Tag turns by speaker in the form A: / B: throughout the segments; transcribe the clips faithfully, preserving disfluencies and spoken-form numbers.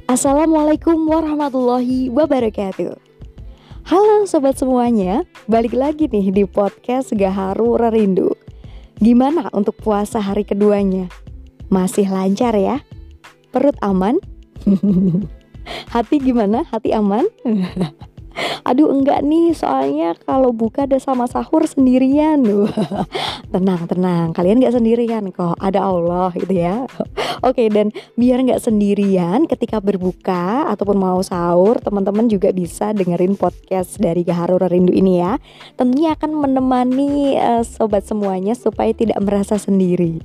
A: Assalamualaikum warahmatullahi wabarakatuh. Halo sobat semuanya, balik lagi nih di podcast Gaharu Rerindu. Gimana untuk puasa hari keduanya? Masih lancar ya? Perut aman? Hati gimana? Hati aman? Aduh enggak nih, soalnya kalau buka ada sama sahur sendirian. Tenang, tenang, kalian gak sendirian kok, ada Allah gitu ya. Oke, dan biar gak sendirian ketika berbuka ataupun mau sahur, teman-teman juga bisa dengerin podcast dari Gaharu Rerindu ini ya. Tentunya akan menemani uh, sobat semuanya supaya tidak merasa sendiri.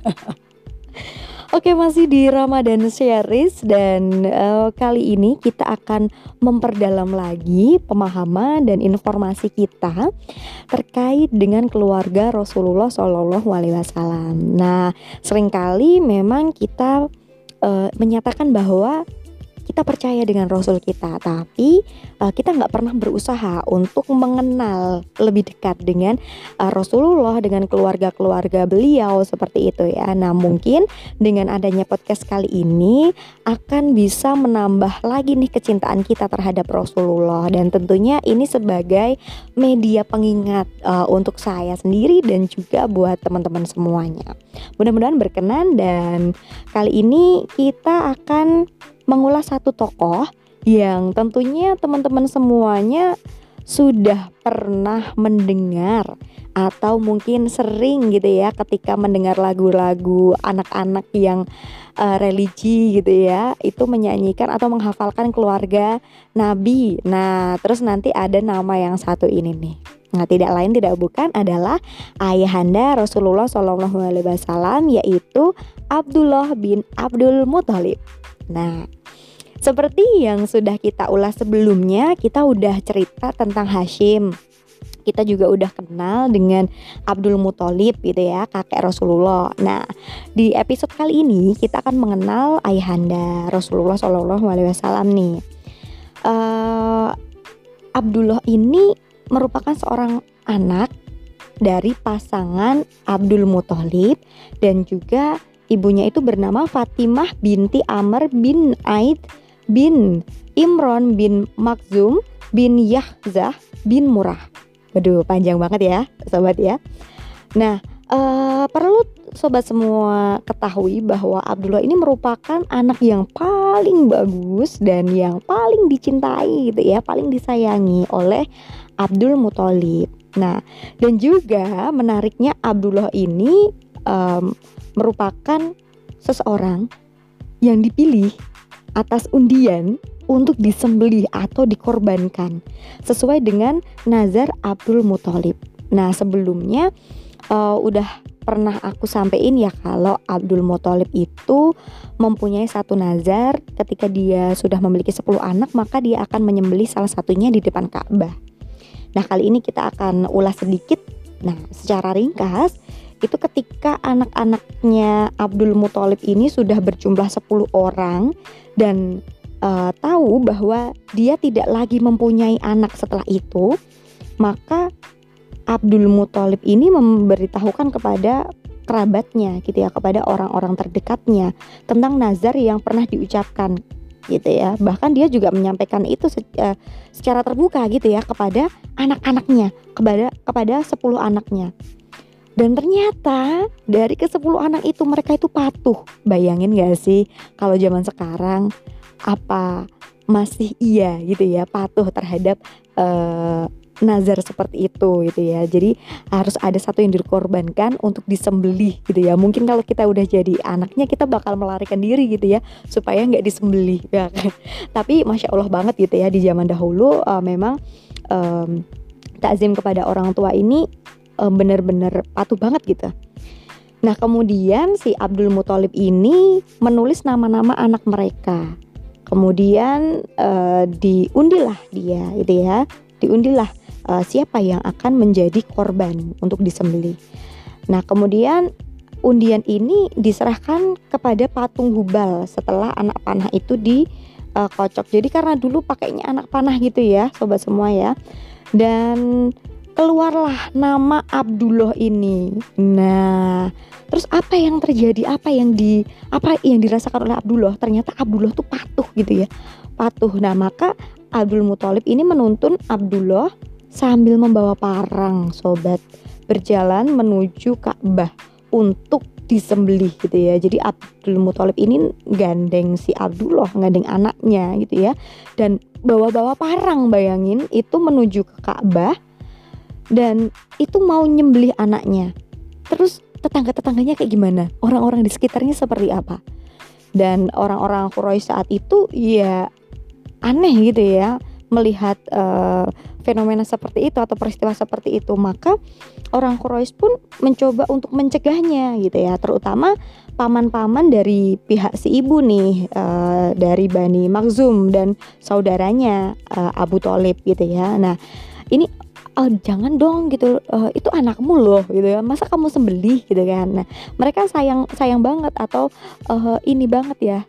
A: Oke, masih di Ramadan Series dan uh, kali ini kita akan memperdalam lagi pemahaman dan informasi kita terkait dengan keluarga Rasulullah Shallallahu Alaihi Wasallam. Nah, seringkali memang kita uh, menyatakan bahwa kita percaya dengan Rasul kita, tapi uh, kita nggak pernah berusaha untuk mengenal lebih dekat dengan uh, Rasulullah, dengan keluarga-keluarga beliau seperti itu ya. Nah, mungkin dengan adanya podcast kali ini akan bisa menambah lagi nih kecintaan kita terhadap Rasulullah, dan tentunya ini sebagai media pengingat uh, untuk saya sendiri dan juga buat teman-teman semuanya. Mudah-mudahan berkenan, dan kali ini kita akan mengulas satu tokoh yang tentunya teman-teman semuanya sudah pernah mendengar atau mungkin sering gitu ya ketika mendengar lagu-lagu anak-anak yang uh, religi gitu ya, itu menyanyikan atau menghafalkan keluarga Nabi. Nah, terus nanti ada nama yang satu ini nih. Nah, tidak lain tidak bukan adalah ayahanda Rasulullah Shallallahu Alaihi Wasallam, yaitu Abdullah bin Abdul Muthalib. Nah, seperti yang sudah kita ulas sebelumnya, kita udah cerita tentang Hashim. Kita juga udah kenal dengan Abdul Muthalib gitu ya, kakek Rasulullah. Nah, di episode kali ini kita akan mengenal ayahanda Rasulullah Shallallahu Alaihi Wasallam nih. Uh, Abdullah ini merupakan seorang anak dari pasangan Abdul Muthalib, dan juga ibunya itu bernama Fatimah binti Amr bin Aid bin Imron bin Makhzum bin Yahzah bin Murrah. Waduh, panjang banget ya sobat ya. Nah, uh, perlu sobat semua ketahui bahwa Abdullah ini merupakan anak yang paling bagus dan yang paling dicintai gitu ya, paling disayangi oleh Abdul Muthalib. Nah, dan juga menariknya Abdullah ini um, merupakan seseorang yang dipilih atas undian untuk disembelih atau dikorbankan sesuai dengan nazar Abdul Muthalib. Nah, sebelumnya uh, udah pernah aku sampein ya kalau Abdul Muthalib itu mempunyai satu nazar ketika dia sudah memiliki sepuluh anak, maka dia akan menyembelih salah satunya di depan Ka'bah. Nah, kali ini kita akan ulas sedikit. Nah, secara ringkas itu ketika anak-anaknya Abdul Muthalib ini sudah berjumlah sepuluh orang dan uh, tahu bahwa dia tidak lagi mempunyai anak setelah itu, maka Abdul Muthalib ini memberitahukan kepada kerabatnya gitu ya, kepada orang-orang terdekatnya tentang nazar yang pernah diucapkan gitu ya. Bahkan dia juga menyampaikan itu secara terbuka gitu ya kepada anak-anaknya, kepada kepada sepuluh anaknya. Dan ternyata dari ke sepuluh anak itu mereka itu patuh. Bayangin gak sih kalau zaman sekarang apa masih iya gitu ya, patuh terhadap uh, nazar seperti itu gitu ya. Jadi harus ada satu yang dikorbankan untuk disembelih gitu ya. Mungkin kalau kita udah jadi anaknya kita bakal melarikan diri gitu ya supaya gak disembelih ya kan? Tapi Masya Allah banget gitu ya, di zaman dahulu uh, memang um, takzim kepada orang tua ini benar-benar patuh banget gitu. Nah, kemudian si Abdul Muthalib ini menulis nama-nama anak mereka. Kemudian uh, diundilah dia gitu ya. Diundilah uh, siapa yang akan menjadi korban untuk disembelih. Nah, kemudian undian ini diserahkan kepada patung Hubal setelah anak panah itu dikocok. Jadi karena dulu pakainya anak panah gitu ya, sobat semua ya. Dan keluarlah nama Abdullah ini. Nah, terus apa yang terjadi? Apa yang di apa yang dirasakan oleh Abdullah? Ternyata Abdullah tuh patuh gitu ya. Patuh. Nah, maka Abdul Muthalib ini menuntun Abdullah sambil membawa parang, sobat, berjalan menuju Ka'bah untuk disembelih gitu ya. Jadi Abdul Muthalib ini gandeng si Abdullah, gandeng anaknya gitu ya, dan bawa-bawa parang, bayangin, itu menuju ke Ka'bah dan itu mau nyembelih anaknya. Terus tetangga-tetangganya kayak gimana? Orang-orang di sekitarnya seperti apa? Dan orang-orang Quraisy saat itu ya aneh gitu ya melihat uh, fenomena seperti itu atau peristiwa seperti itu. Maka orang Quraisy pun mencoba untuk mencegahnya gitu ya, terutama paman-paman dari pihak si ibu nih, uh, dari Bani Makhzum dan saudaranya uh, Abu Thalib gitu ya. Nah ini uh, jangan dong gitu, uh, itu anakmu loh gitu ya, masa kamu sembelih gitu kan. Nah mereka sayang sayang banget atau uh, ini banget ya,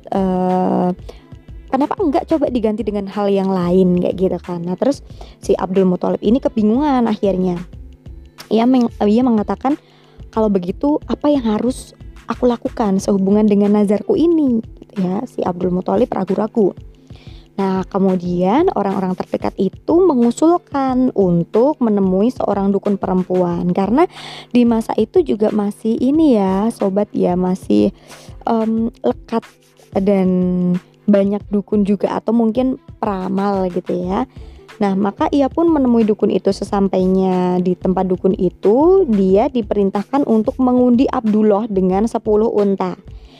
A: uh, kenapa enggak coba diganti dengan hal yang lain kayak gitu kan. Nah terus si Abdul Muthalib ini kebingungan akhirnya. Ia, meng, ia mengatakan, kalau begitu apa yang harus aku lakukan sehubungan dengan nazarku ini gitu ya. Si Abdul Muthalib ragu-ragu. Nah kemudian orang-orang terdekat itu mengusulkan untuk menemui seorang dukun perempuan, karena di masa itu juga masih ini ya sobat ya, masih um, lekat dan banyak dukun juga atau mungkin peramal gitu ya. Nah maka ia pun menemui dukun itu. Sesampainya di tempat dukun itu, dia diperintahkan untuk mengundi Abdullah dengan sepuluh unta.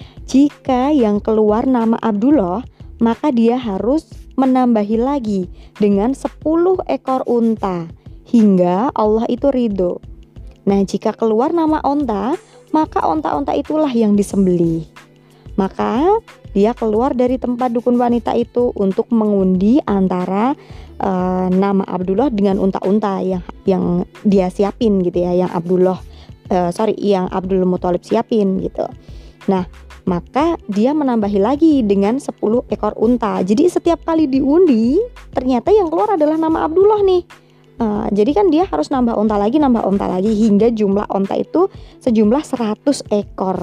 A: Jika yang keluar nama Abdullah, maka dia harus menambahi lagi dengan sepuluh ekor unta hingga Allah itu ridho. Nah jika keluar nama onta, maka onta-onta itulah yang disembelih. Maka dia keluar dari tempat dukun wanita itu untuk mengundi antara uh, nama Abdullah dengan unta-unta yang yang dia siapin gitu ya, yang Abdullah uh, sorry yang Abdul Muthalib siapin gitu. Nah maka dia menambahi lagi dengan sepuluh ekor unta. Jadi setiap kali diundi ternyata yang keluar adalah nama Abdullah nih. Uh, jadi kan dia harus nambah unta lagi, nambah unta lagi hingga jumlah unta itu sejumlah seratus ekor.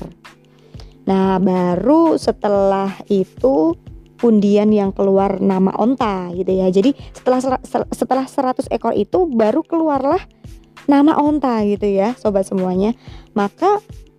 A: Nah baru setelah itu undian yang keluar nama onta gitu ya. Jadi setelah setelah seratus ekor itu baru keluarlah nama onta gitu ya sobat semuanya. Maka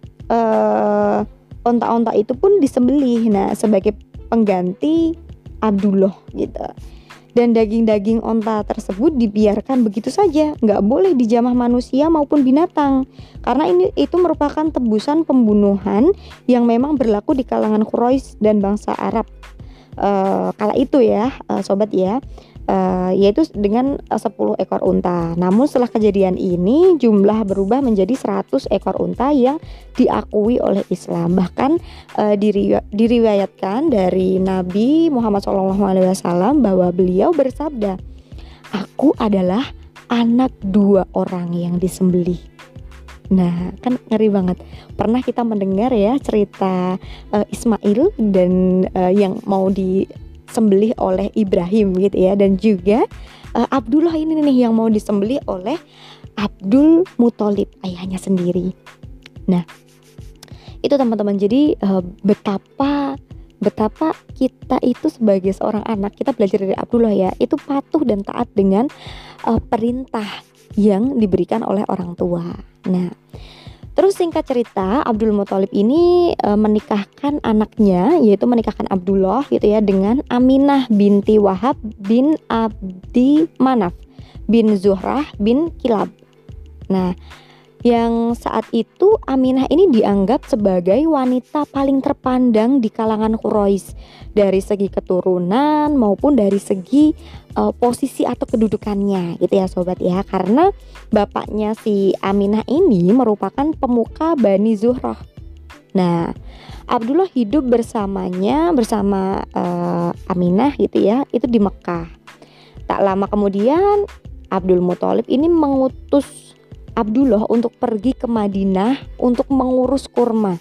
A: uh, onta-onta itu pun disembelih, nah sebagai pengganti Abdullah gitu. Dan daging-daging onta tersebut dibiarkan begitu saja, nggak boleh dijamah manusia maupun binatang, karena ini itu merupakan tebusan pembunuhan yang memang berlaku di kalangan Quraisy dan bangsa Arab uh, kala itu ya, uh, sobat ya. Uh, yaitu dengan uh, sepuluh ekor unta. Namun setelah kejadian ini jumlah berubah menjadi seratus ekor unta yang diakui oleh Islam. Bahkan uh, diri, diriwayatkan dari Nabi Muhammad shallallahu alaihi wasallam bahwa beliau bersabda, aku adalah anak dua orang yang disembelih. Nah kan ngeri banget. Pernah kita mendengar ya cerita uh, Ismail dan uh, yang mau di sembelih oleh Ibrahim gitu ya, dan juga uh, Abdullah ini nih yang mau disembelih oleh Abdul Muthalib, ayahnya sendiri. Nah itu teman-teman, jadi uh, betapa betapa kita itu sebagai seorang anak, kita belajar dari Abdullah ya, itu patuh dan taat dengan uh, perintah yang diberikan oleh orang tua. Nah terus singkat cerita, Abdul Muthalib ini e, menikahkan anaknya, yaitu menikahkan Abdullah gitu ya dengan Aminah binti Wahab bin Abdi Manaf bin Zuhrah bin Kilab. Nah yang saat itu Aminah ini dianggap sebagai wanita paling terpandang di kalangan Quraisy dari segi keturunan maupun dari segi uh, posisi atau kedudukannya gitu ya sobat ya, karena bapaknya si Aminah ini merupakan pemuka Bani Zuhrah. Nah Abdullah hidup bersamanya bersama uh, Aminah gitu ya, itu di Mekah. Tak lama kemudian Abdul Muthalib ini mengutus Abdullah untuk pergi ke Madinah untuk mengurus kurma.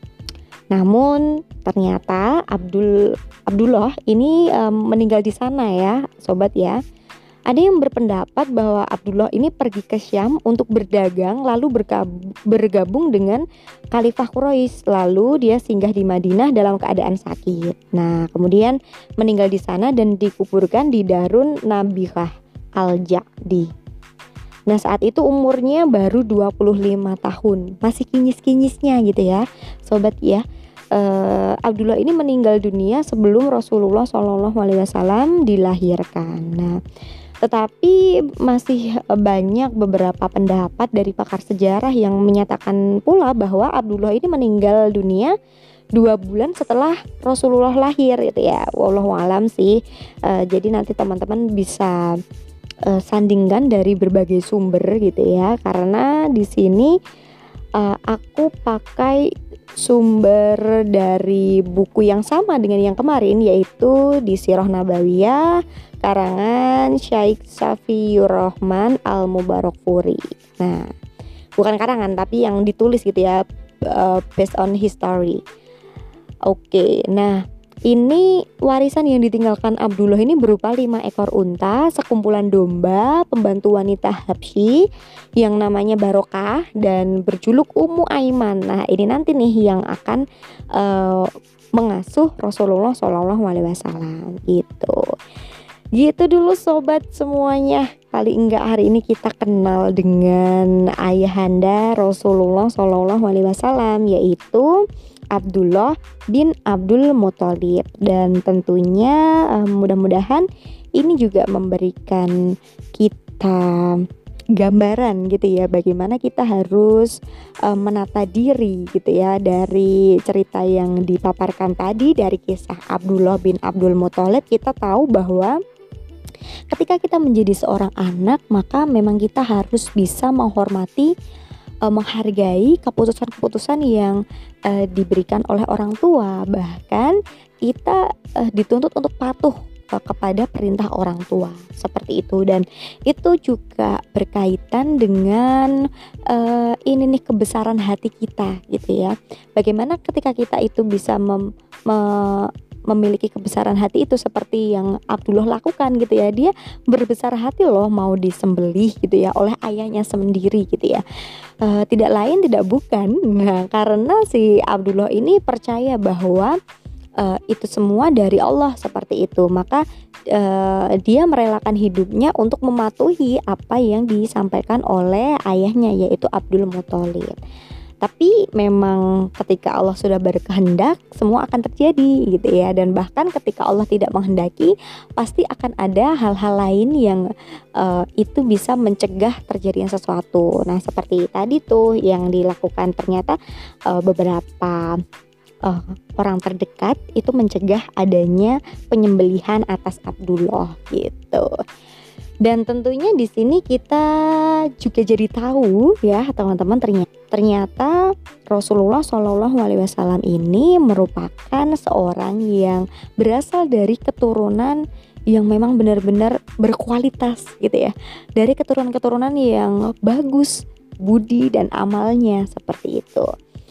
A: Namun ternyata Abdul Abdullah ini um, meninggal di sana ya, sobat ya. Ada yang berpendapat bahwa Abdullah ini pergi ke Syam untuk berdagang lalu berkab- bergabung dengan Khalifah Quraisy, lalu dia singgah di Madinah dalam keadaan sakit. Nah, kemudian meninggal di sana dan dikuburkan di Darun Nabihah Al-Ja'di. Nah, saat itu umurnya baru dua puluh lima tahun, masih kinyis-kinyisnya gitu ya sobat ya. uh, Abdullah ini meninggal dunia sebelum Rasulullah shallallahu alaihi wasallam dilahirkan. Nah, tetapi masih banyak beberapa pendapat dari pakar sejarah yang menyatakan pula bahwa Abdullah ini meninggal dunia dua bulan setelah Rasulullah lahir gitu ya. Wallahu alam sih. Uh, jadi nanti teman-teman bisa uh, sandingkan dari berbagai sumber gitu ya. Karena di sini uh, aku pakai sumber dari buku yang sama dengan yang kemarin, yaitu di Sirah Nabawiyah karangan Syekh Safiyur Rahman Al-Mubarakfuri. Nah, bukan karangan tapi yang ditulis gitu ya, uh, based on history. Oke, nah ini warisan yang ditinggalkan Abdullah ini berupa lima ekor unta, sekumpulan domba, pembantu wanita Habsyi yang namanya Barokah dan berjuluk Ummu Aiman. Nah, ini nanti nih yang akan uh, mengasuh Rasulullah shallallahu alaihi wasallam gitu. Gitu dulu sobat semuanya. Kali enggak hari ini kita kenal dengan ayahanda Rasulullah shallallahu alaihi wasallam, yaitu Abdullah bin Abdul Muthalib. Dan tentunya uh, mudah-mudahan ini juga memberikan kita gambaran gitu ya, bagaimana kita harus uh, menata diri gitu ya, dari cerita yang dipaparkan tadi, dari kisah Abdullah bin Abdul Muthalib kita tahu bahwa ketika kita menjadi seorang anak, maka memang kita harus bisa menghormati, uh, menghargai keputusan-keputusan yang uh, diberikan oleh orang tua. Bahkan kita uh, dituntut untuk patuh uh, kepada perintah orang tua, seperti itu. Dan itu juga berkaitan dengan uh, ini nih, kebesaran hati kita gitu ya. Bagaimana ketika kita itu bisa mem, me, memiliki kebesaran hati itu seperti yang Abdullah lakukan gitu ya. Dia berbesar hati loh mau disembelih gitu ya oleh ayahnya sendiri gitu ya. E, tidak lain tidak bukan, nah karena si Abdullah ini percaya bahwa e, itu semua dari Allah seperti itu. Maka e, dia merelakan hidupnya untuk mematuhi apa yang disampaikan oleh ayahnya, yaitu Abdul Muthalib. Tapi memang ketika Allah sudah berkehendak, semua akan terjadi gitu ya. Dan bahkan ketika Allah tidak menghendaki, pasti akan ada hal-hal lain yang uh, itu bisa mencegah terjadinya sesuatu. Nah, seperti tadi tuh yang dilakukan, ternyata uh, beberapa uh, orang terdekat itu mencegah adanya penyembelihan atas Abdullah gitu. Dan tentunya di sini kita juga jadi tahu ya teman-teman, ternyata, ternyata Rasulullah shallallahu alaihi wasallam ini merupakan seorang yang berasal dari keturunan yang memang benar-benar berkualitas gitu ya, dari keturunan-keturunan yang bagus budi dan amalnya seperti itu.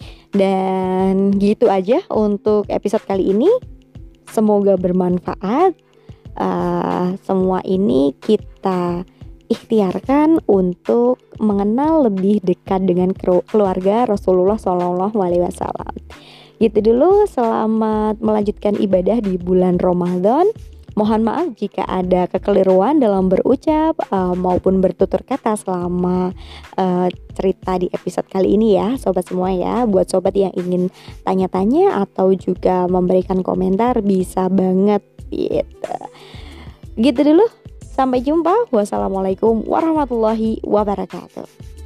A: Dan gitu aja untuk episode kali ini, semoga bermanfaat. Uh, semua ini kita ikhtiarkan untuk mengenal lebih dekat dengan keluarga Rasulullah shallallahu alaihi wasallam. Gitu dulu, selamat melanjutkan ibadah di bulan Ramadan. Mohon maaf jika ada kekeliruan dalam berucap uh, maupun bertutur kata selama uh, cerita di episode kali ini ya sobat semua ya. Buat sobat yang ingin tanya-tanya atau juga memberikan komentar, bisa banget gitu. Gitu dulu, sampai jumpa. Wassalamualaikum warahmatullahi wabarakatuh.